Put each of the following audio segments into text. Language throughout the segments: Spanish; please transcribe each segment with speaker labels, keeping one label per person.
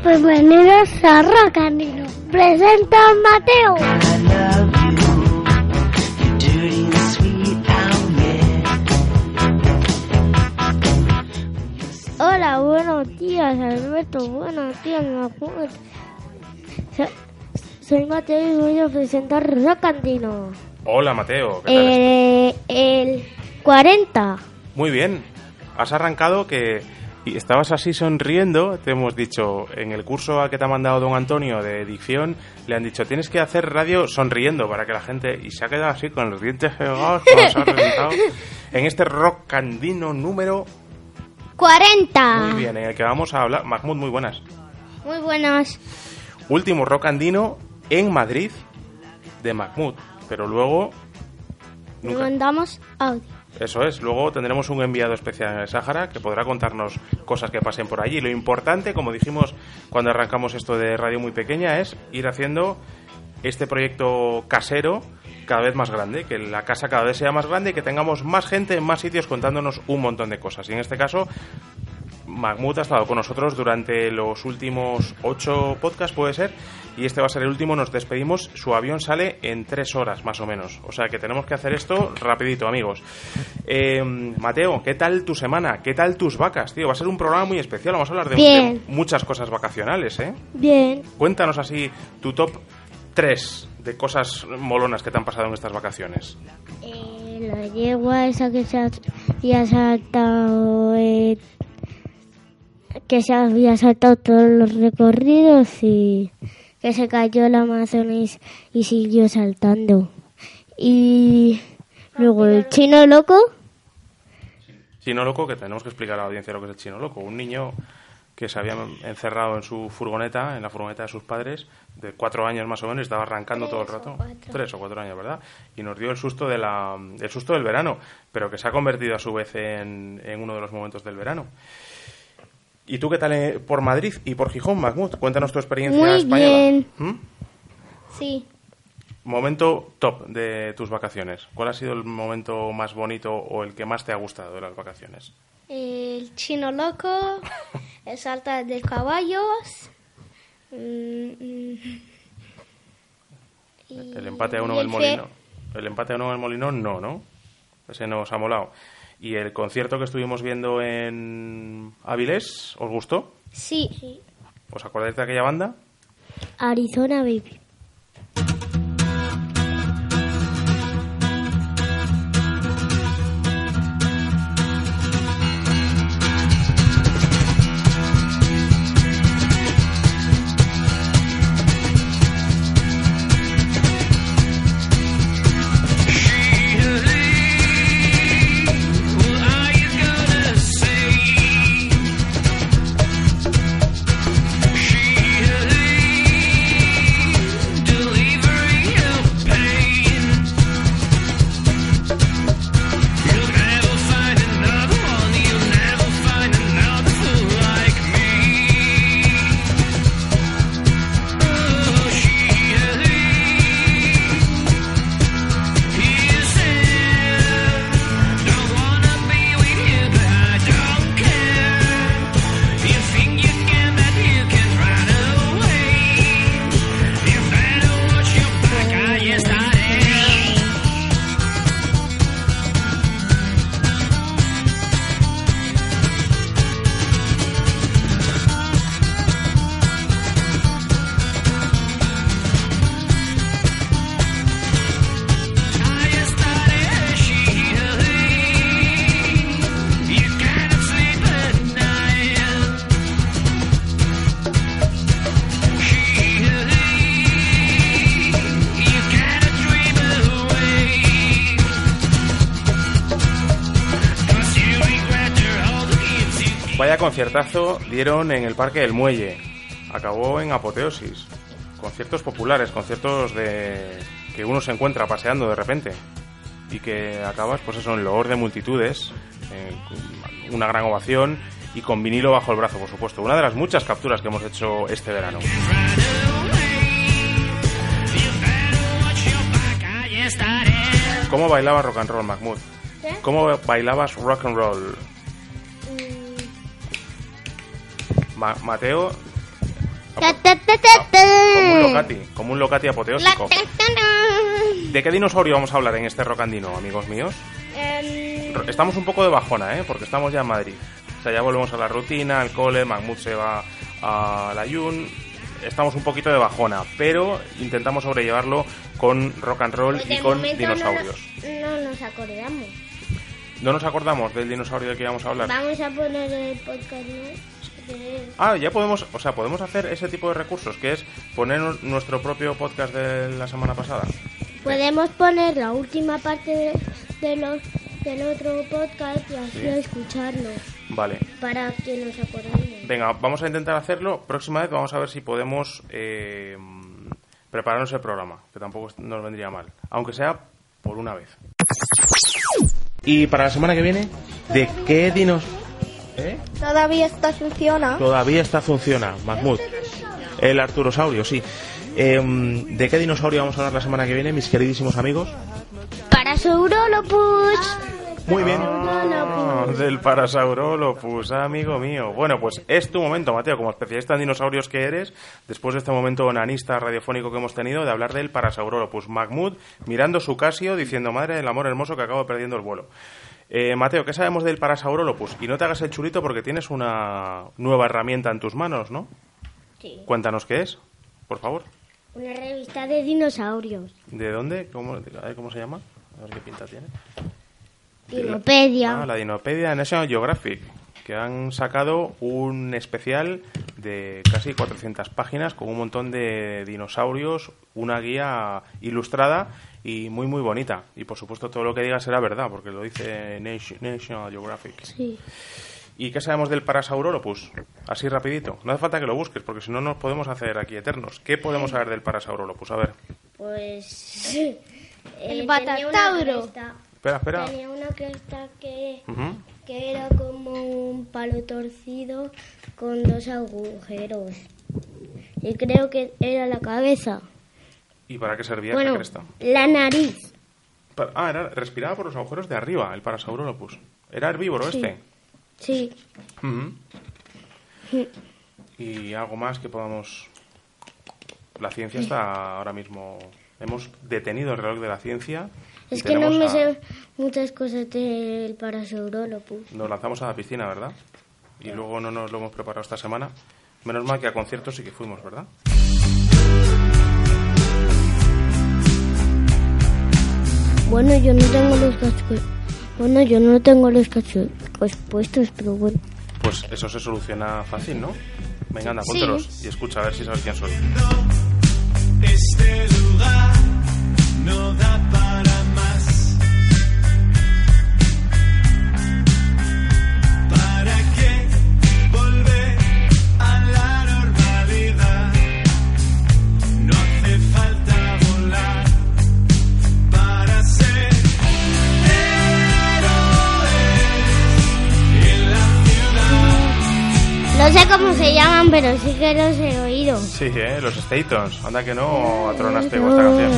Speaker 1: Bienvenidos a Rock Andino. Presenta a Mateo. Hola, buenos días Alberto, buenos días Mahmoud. Soy Mateo y voy a presentar Rock Andino.
Speaker 2: Hola Mateo, ¿qué tal?
Speaker 1: El 40.
Speaker 2: Muy bien, has arrancado y estabas así sonriendo. Te hemos dicho, en el curso al que te ha mandado don Antonio de dicción, le han dicho, tienes que hacer radio sonriendo para que la gente... Y se ha quedado así con los dientes pegados, como se ha reventado. En este Rock Andino número...
Speaker 1: 40.
Speaker 2: Muy bien, en el que vamos a hablar... Mahmoud, muy buenas.
Speaker 1: Muy buenas.
Speaker 2: Último Rock Andino en Madrid de Mahmoud, pero luego...
Speaker 1: Nunca. Mandamos audio.
Speaker 2: Eso es, luego tendremos un enviado especial en el Sáhara que podrá contarnos cosas que pasen por allí. Lo importante, como dijimos cuando arrancamos esto de radio muy pequeña, es ir haciendo este proyecto casero cada vez más grande, que la casa cada vez sea más grande y que tengamos más gente en más sitios contándonos un montón de cosas. Y en este caso, Mahmoud ha estado con nosotros durante los últimos 8 podcasts, puede ser, y este va a ser el último. Nos despedimos, su avión sale en 3 horas más o menos, o sea que tenemos que hacer esto rapidito, amigos. Mateo, ¿qué tal tu semana? ¿Qué tal tus vacas, tío? Va a ser un programa muy especial, vamos a hablar de muchas cosas vacacionales, ¿eh?
Speaker 1: Bien.
Speaker 2: Cuéntanos así tu top 3 de cosas molonas que te han pasado en estas vacaciones.
Speaker 1: La yegua esa que se había saltado... que se había saltado todos los recorridos y que se cayó el Amazonas y siguió saltando. Y luego el chino loco.
Speaker 2: Chino loco, que tenemos que explicar a la audiencia lo que es el chino loco. Un niño que se había encerrado en su furgoneta, en la furgoneta de sus padres, de 4 años más o menos, estaba arrancando todo el rato. 3 o 4 años, ¿verdad? Y nos dio el susto del verano, pero que se ha convertido a su vez en uno de los momentos del verano. ¿Y tú qué tal por Madrid y por Gijón, Mahmoud? Cuéntanos tu experiencia
Speaker 1: muy
Speaker 2: española.
Speaker 1: Bien.
Speaker 2: Sí. Momento top de tus vacaciones. ¿Cuál ha sido el momento más bonito o el que más te ha gustado de las vacaciones?
Speaker 1: El chino loco, el saltar de caballos.
Speaker 2: El empate a uno en el Molinón. El empate a uno en el Molinón, no. Ese nos ha molado. ¿Y el concierto que estuvimos viendo en Avilés, os gustó?
Speaker 1: Sí.
Speaker 2: ¿Os acordáis de aquella banda?
Speaker 1: Arizona Baby.
Speaker 2: Vaya conciertazo dieron en el Parque del Muelle. Acabó en apoteosis. Conciertos populares, conciertos de que uno se encuentra paseando de repente y que acabas, pues eso, en loor de multitudes, una gran ovación y con vinilo bajo el brazo, por supuesto. Una de las muchas capturas que hemos hecho este verano. ¿Cómo bailabas rock and roll, Mahmoud?
Speaker 1: ¿Qué?
Speaker 2: ¿Cómo bailabas rock and roll? Mateo Como un Locati apoteósico. ¿De qué dinosaurio vamos a hablar en este Rocandino, amigos míos? Estamos un poco de bajona, porque estamos ya en Madrid. O sea, ya volvemos a la rutina, al cole, Mahmoud se va a la Yun. Estamos un poquito de bajona, pero intentamos sobrellevarlo con rock and roll y con dinosaurios.
Speaker 1: No nos acordamos.
Speaker 2: ¿No nos acordamos del dinosaurio del que íbamos a hablar?
Speaker 1: Vamos a poner el podcast, ¿no?
Speaker 2: Ya podemos, podemos hacer ese tipo de recursos, que es poner nuestro propio podcast de la semana pasada.
Speaker 1: Podemos poner la última parte del otro podcast y así escucharlo.
Speaker 2: Vale.
Speaker 1: Para que nos acordemos.
Speaker 2: Venga, vamos a intentar hacerlo. Próxima vez vamos a ver si podemos prepararnos el programa, que tampoco nos vendría mal, aunque sea por una vez. Y para la semana que viene, ¿de qué
Speaker 3: Todavía funciona.
Speaker 2: Todavía funciona, Mahmoud. El Arturosaurio, sí. ¿De qué dinosaurio vamos a hablar la semana que viene, mis queridísimos amigos?
Speaker 1: Parasaurolopus.
Speaker 2: Muy bien. Del Parasaurolopus, amigo mío. Bueno, pues es tu momento, Mateo, como especialista en dinosaurios que eres, después de este momento onanista radiofónico que hemos tenido, de hablar del Parasaurolopus. Mahmoud mirando su Casio, diciendo, madre del amor hermoso, que acabo perdiendo el vuelo. Mateo, ¿qué sabemos del Parasaurolopus? Y no te hagas el chulito porque tienes una nueva herramienta en tus manos, ¿no?
Speaker 1: Sí.
Speaker 2: Cuéntanos qué es, por favor.
Speaker 1: Una revista de dinosaurios.
Speaker 2: ¿De dónde? A ver cómo se llama. A ver qué pinta tiene.
Speaker 1: Dinopedia.
Speaker 2: La Dinopedia National Geographic, que han sacado un especial de casi 400 páginas con un montón de dinosaurios, una guía ilustrada y muy muy bonita. Y por supuesto todo lo que diga será verdad, porque lo dice National Geographic.
Speaker 1: Sí.
Speaker 2: ¿Y qué sabemos del Parasaurolopus? Así rapidito. No hace falta que lo busques, porque si no nos podemos hacer aquí eternos. ¿Qué podemos saber del Parasaurolopus? A ver.
Speaker 1: Pues...
Speaker 3: el Batatauro.
Speaker 2: Espera.
Speaker 1: Tenía una cresta que era como un palo torcido con dos agujeros. Y creo que era la cabeza.
Speaker 2: ¿Y para qué servía esa cresta?
Speaker 1: La nariz.
Speaker 2: Respiraba por los agujeros de arriba, el Parasaurolopus. ¿Era herbívoro este?
Speaker 1: Sí.
Speaker 2: Y algo más que podamos... La ciencia está ahora mismo... Hemos detenido el reloj de la ciencia.
Speaker 1: Es que no me sé muchas cosas del Parasaurolopus.
Speaker 2: Nos lanzamos a la piscina, ¿verdad? Y luego no nos lo hemos preparado esta semana. Menos mal que a conciertos sí que fuimos, ¿verdad?
Speaker 1: Bueno, yo no tengo los cascos. Bueno, yo no tengo los cascos puestos, pero bueno.
Speaker 2: Pues eso se soluciona fácil, ¿no? Venga, anda, póntelos y escucha a ver si sabes quién soy.
Speaker 4: Este lugar no da para más. ¿Para qué volver a la normalidad? No hace falta volar para ser héroes en la ciudad.
Speaker 1: No sé cómo se llaman, pero sí que los he oído.
Speaker 2: Sí, los Statons. Anda que no atronaste con esta canción.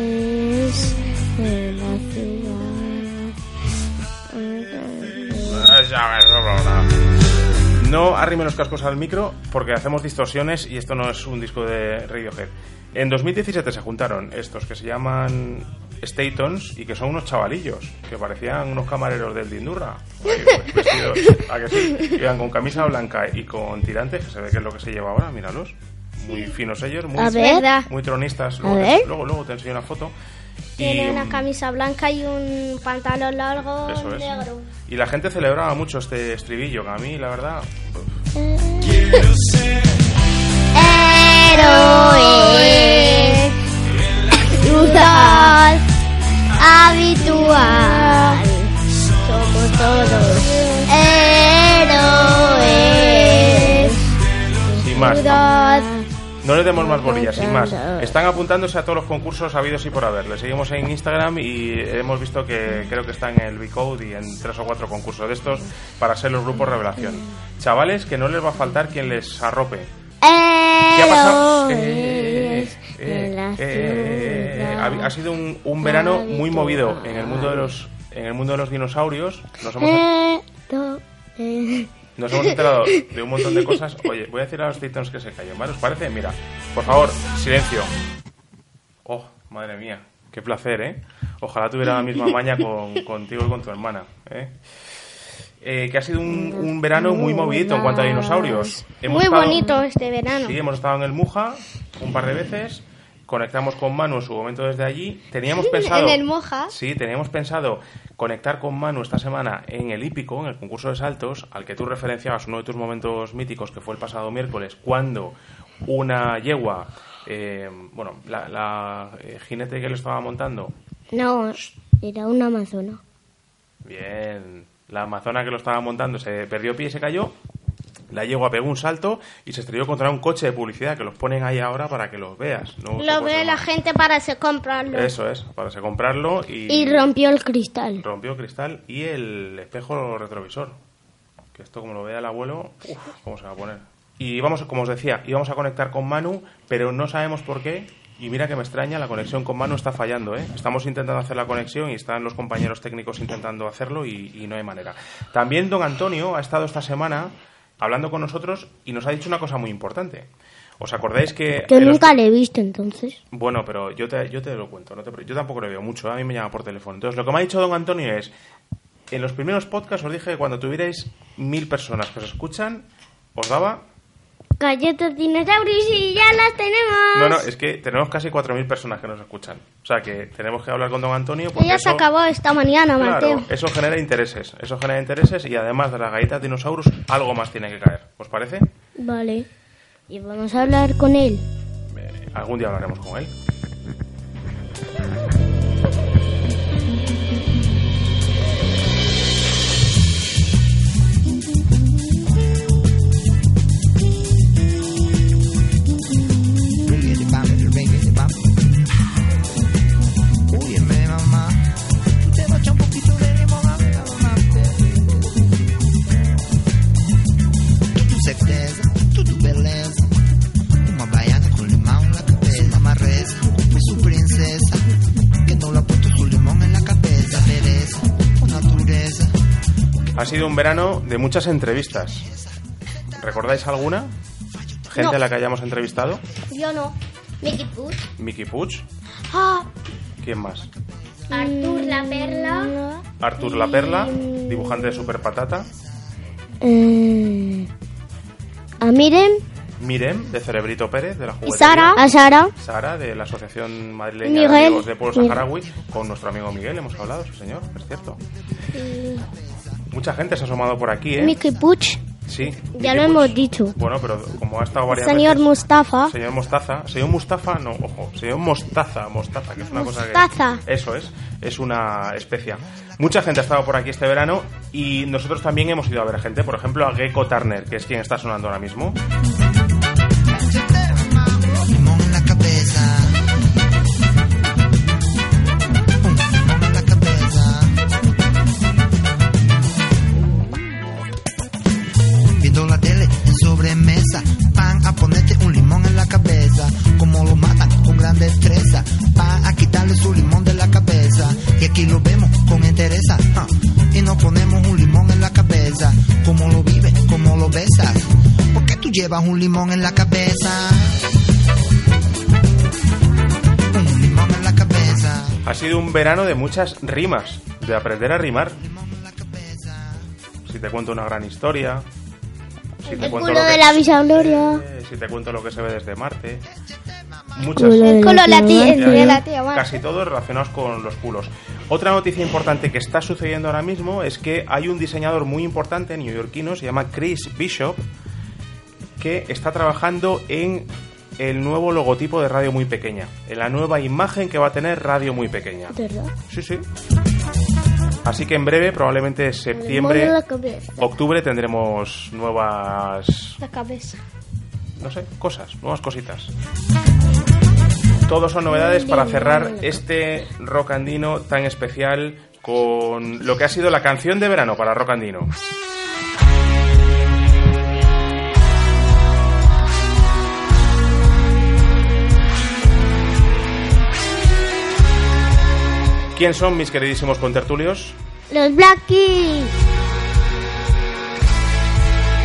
Speaker 2: No arrime los cascos al micro porque hacemos distorsiones y esto no es un disco de Radiohead. En 2017 se juntaron estos que se llaman Statons y que son unos chavalillos que parecían unos camareros del Dindurra, vestidos, ¿a que sí? Iban con camisa blanca y con tirantes, que se ve que es lo que se lleva ahora, míralos, muy finos ellos, muy tronistas. Luego te enseño una foto.
Speaker 3: Tiene una camisa blanca y un pantalón largo negro.
Speaker 2: Y la gente celebraba mucho este estribillo, que a mí la verdad
Speaker 4: Quiero ser
Speaker 1: héroe, ciudad habitual, somos todos héroes.
Speaker 2: Sin más,
Speaker 1: Ciudad.
Speaker 2: no le demos más bolillas, sin más. Están apuntándose a todos los concursos habidos y por haber. Le seguimos en Instagram y hemos visto que creo que están en el B-Code y en 3 o 4 concursos de estos para ser los grupos revelación. Chavales, que no les va a faltar quien les arrope. ¿Qué ha pasado? Ha sido un verano muy movido en el mundo de los dinosaurios. Nos hemos... Nos hemos enterado de un montón de cosas. Oye, voy a decir a los Titans que se callen, ¿vale? ¿Os parece? Mira, por favor, silencio. Oh, madre mía, qué placer, ¿eh? Ojalá tuviera la misma maña contigo y con tu hermana, ¿eh? Que ha sido un verano muy movidito en cuanto a dinosaurios.
Speaker 3: Muy bonito este verano.
Speaker 2: Sí, hemos estado en el Muja un par de veces. Conectamos con Manu en su momento desde allí. Teníamos pensado...
Speaker 3: ¿En el Moja?
Speaker 2: Sí, teníamos pensado conectar con Manu esta semana en el Hípico, en el concurso de saltos, al que tú referenciabas uno de tus momentos míticos, que fue el pasado miércoles, cuando una yegua, la jinete que le estaba montando...
Speaker 1: No, era una amazona.
Speaker 2: Bien, la amazona que lo estaba montando se perdió pie y se cayó. La yegua pegó un salto y se estrelló contra un coche de publicidad que los ponen ahí ahora para que los veas. No
Speaker 3: lo ve la gente para comprarlo.
Speaker 2: Eso es, para comprarlo
Speaker 1: y rompió el cristal.
Speaker 2: Rompió el cristal y el espejo retrovisor. Que esto, como lo vea el abuelo, ¿cómo se va a poner? Y vamos, como os decía, íbamos a conectar con Manu, pero no sabemos por qué. Y mira que me extraña, la conexión con Manu está fallando, ¿eh? Estamos intentando hacer la conexión y están los compañeros técnicos intentando hacerlo y no hay manera. También don Antonio ha estado esta semana hablando con nosotros y nos ha dicho una cosa muy importante. ¿Os acordáis que...
Speaker 1: Que nunca le he visto, entonces?
Speaker 2: Bueno, pero yo te lo cuento. Yo tampoco le veo mucho, a mí me llama por teléfono. Entonces, lo que me ha dicho don Antonio es... En los primeros podcasts os dije que cuando tuvierais 1000 personas que os escuchan, os daba...
Speaker 3: Galletas dinosaurios y ya las tenemos.
Speaker 2: No, es que tenemos casi 4000 personas que nos escuchan. O sea que tenemos que hablar con don Antonio.
Speaker 3: Ya se acabó esta mañana,
Speaker 2: claro,
Speaker 3: Mateo.
Speaker 2: Eso genera intereses. Y además de las galletas dinosaurios, algo más tiene que caer. ¿Os parece?
Speaker 1: Vale. Y vamos a hablar con él.
Speaker 2: Algún día hablaremos con él. Ha sido un verano de muchas entrevistas. ¿Recordáis alguna? ¿Gente a la que hayamos entrevistado?
Speaker 3: Yo no. Mickey Puig.
Speaker 2: Mickey Puig.
Speaker 3: Ah.
Speaker 2: ¿Quién más?
Speaker 3: Artur la Perla.
Speaker 2: Artur la Perla, dibujante de Super Patata.
Speaker 1: A Mirem.
Speaker 2: Mirem, de Cerebrito Pérez, de la juguetería.
Speaker 3: Y Sara.
Speaker 1: A Sara.
Speaker 2: Sara, de la Asociación Madrileña
Speaker 1: Miguel.
Speaker 2: de Amigos de Pueblo Saharaui. Con nuestro amigo Miguel hemos hablado, sí señor, es cierto. Mucha gente se ha asomado por aquí, ¿eh?
Speaker 1: Mickey Puig.
Speaker 2: Sí.
Speaker 1: Ya lo hemos dicho.
Speaker 2: Bueno, pero como ha estado varias
Speaker 1: Señor
Speaker 2: veces...
Speaker 1: Mustafa.
Speaker 2: Señor Mostaza. Señor Mustafa, no, ojo. Señor Mostaza, que es una cosa que...
Speaker 3: Mostaza.
Speaker 2: Eso es una especia. Mucha gente ha estado por aquí este verano y nosotros también hemos ido a ver gente. Por ejemplo, a Gecko Turner, que es quien está sonando ahora mismo.
Speaker 5: Limón en la cabeza. Viendo la tele en sobremesa, van a ponerte un limón en la cabeza. Como lo matan con gran destreza, van a quitarle su limón de la cabeza. Y aquí lo vemos con entereza, y nos ponemos un limón en la cabeza. Como lo vives, como lo besas. ¿Por qué tú llevas un limón en la cabeza? Un limón en la cabeza.
Speaker 2: Ha sido un verano de muchas rimas, de aprender a rimar. Si te cuento una gran historia... Si te
Speaker 1: El
Speaker 2: cuento
Speaker 1: culo
Speaker 2: lo que-
Speaker 1: de la Visa Gloria.
Speaker 2: Si te cuento lo que se ve desde Marte. Muchas.
Speaker 1: Culo de
Speaker 3: Con
Speaker 1: la
Speaker 3: la tía,
Speaker 1: tía
Speaker 3: de la tía Marta.
Speaker 2: Casi todos relacionados con los culos. Otra noticia importante que está sucediendo ahora mismo es que hay un diseñador muy importante neoyorquino, se llama Chris Bishop, que está trabajando en el nuevo logotipo de Radio Muy Pequeña, en la nueva imagen que va a tener Radio Muy Pequeña.
Speaker 1: ¿De verdad?
Speaker 2: Sí. Así que en breve, probablemente septiembre,
Speaker 1: Limón en la cabeza.
Speaker 2: octubre, tendremos nuevas...
Speaker 3: La cabeza.
Speaker 2: no sé, nuevas cositas. Todos son novedades para cerrar este Rock Andino tan especial con lo que ha sido la canción de verano para Rock Andino. ¿Quién son mis queridísimos contertulios?
Speaker 1: Los Black Keys.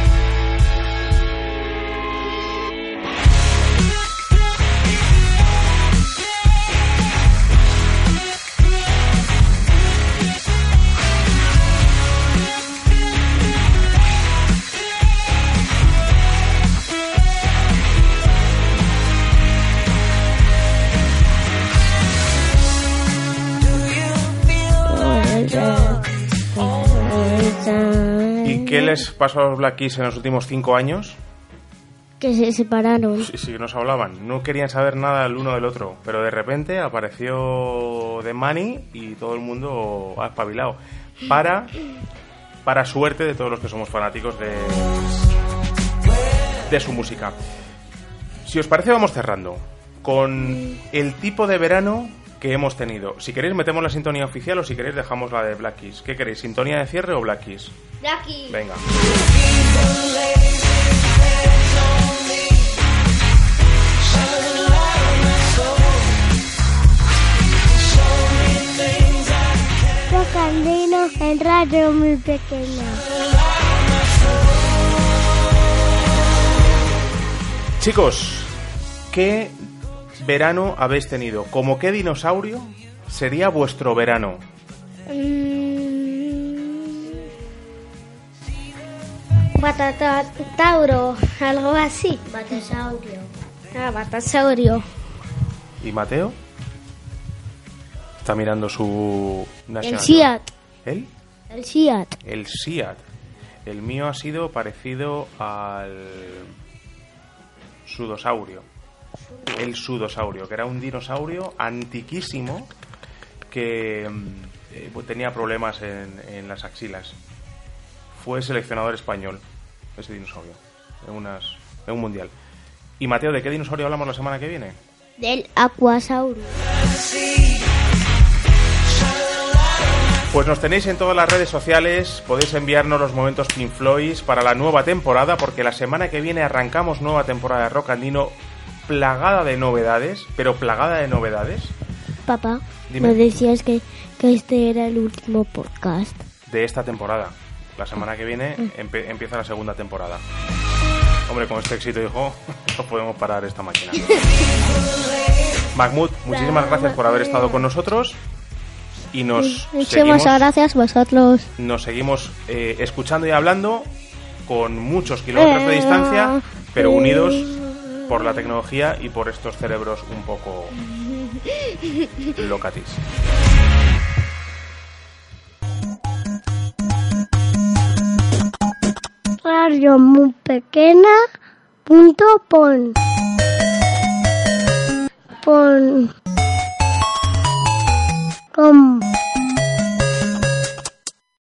Speaker 2: ¿Qué les pasó a los Black Keys en los últimos 5 años?
Speaker 1: Que se separaron.
Speaker 2: Sí, no se hablaban, no querían saber nada el uno del otro, pero de repente apareció The Money y todo el mundo ha espabilado. Para suerte de todos los que somos fanáticos de su música. Si os parece, vamos cerrando con el tipo de verano que hemos tenido. Si queréis metemos la sintonía oficial o si queréis dejamos la de Black Keys. ¿Qué queréis? ¿Sintonía de cierre o Black Keys?
Speaker 3: Black Keys.
Speaker 2: Venga.
Speaker 1: Rock Andino en radio muy pequeña.
Speaker 2: Chicos, ¿qué verano habéis tenido? ¿Cómo qué dinosaurio sería vuestro verano?
Speaker 3: Batatauro, algo así.
Speaker 1: Batasaurio.
Speaker 3: Batasaurio.
Speaker 2: ¿Y Mateo? Está mirando su...
Speaker 1: El Seat.
Speaker 2: ¿El?
Speaker 1: El Seat.
Speaker 2: El Seat. El mío ha sido parecido al sudosaurio. El sudosaurio, que era un dinosaurio antiquísimo que tenía problemas en las axilas. Fue seleccionador español ese dinosaurio en un mundial. Y Mateo, ¿de qué dinosaurio hablamos la semana que viene?
Speaker 1: Del Aquasaurus.
Speaker 2: Pues nos tenéis en todas las redes sociales, podéis enviarnos los momentos Pink Floyd para la nueva temporada, porque la semana que viene arrancamos nueva temporada de Rock Andino plagada de novedades, pero plagada de novedades.
Speaker 1: Papá,
Speaker 2: Dime.
Speaker 1: ¿no decías que este era el último podcast?
Speaker 2: De esta temporada. La semana que viene empieza la segunda temporada. Hombre, con este éxito, hijo, no podemos parar esta máquina. Mahmoud, muchísimas gracias por haber estado con nosotros. Y
Speaker 1: Muchísimas gracias vosotros.
Speaker 2: Nos seguimos escuchando y hablando con muchos kilómetros de distancia, pero unidos por la tecnología y por estos cerebros un poco locatis.
Speaker 1: Radio muy pequeña .pon con